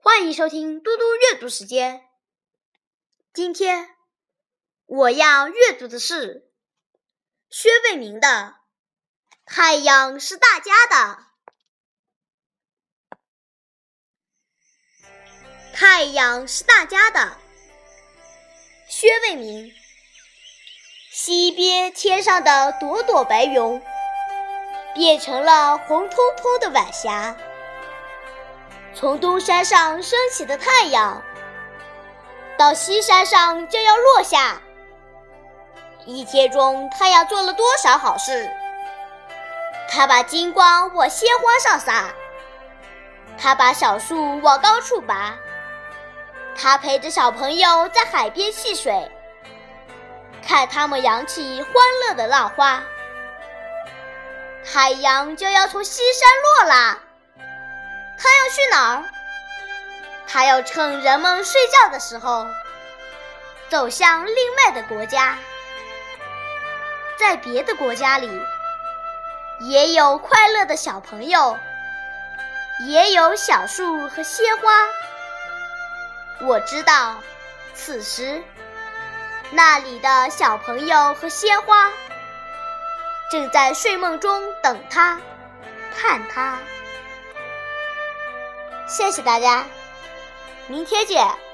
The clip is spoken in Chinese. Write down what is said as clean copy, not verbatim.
欢迎收听嘟嘟阅读时间。今天我要阅读的是薛卫民的《太阳是大家的》。太阳是大家的，薛卫民。西边天上的朵朵白云变成了红彤彤的晚霞，从东山上升起的太阳到西山上就要落下。一天中太阳做了多少好事，它把金光往鲜花上撒，它把小树往高处拔，它陪着小朋友在海边戏水，看他们扬起欢乐的浪花。太阳就要从西山落啦，它要去哪儿？它要趁人们睡觉的时候走向另外的国家。在别的国家里也有快乐的小朋友，也有小树和鲜花。我知道此时那里的小朋友和鲜花正在睡梦中等他，看他。谢谢大家，明天见。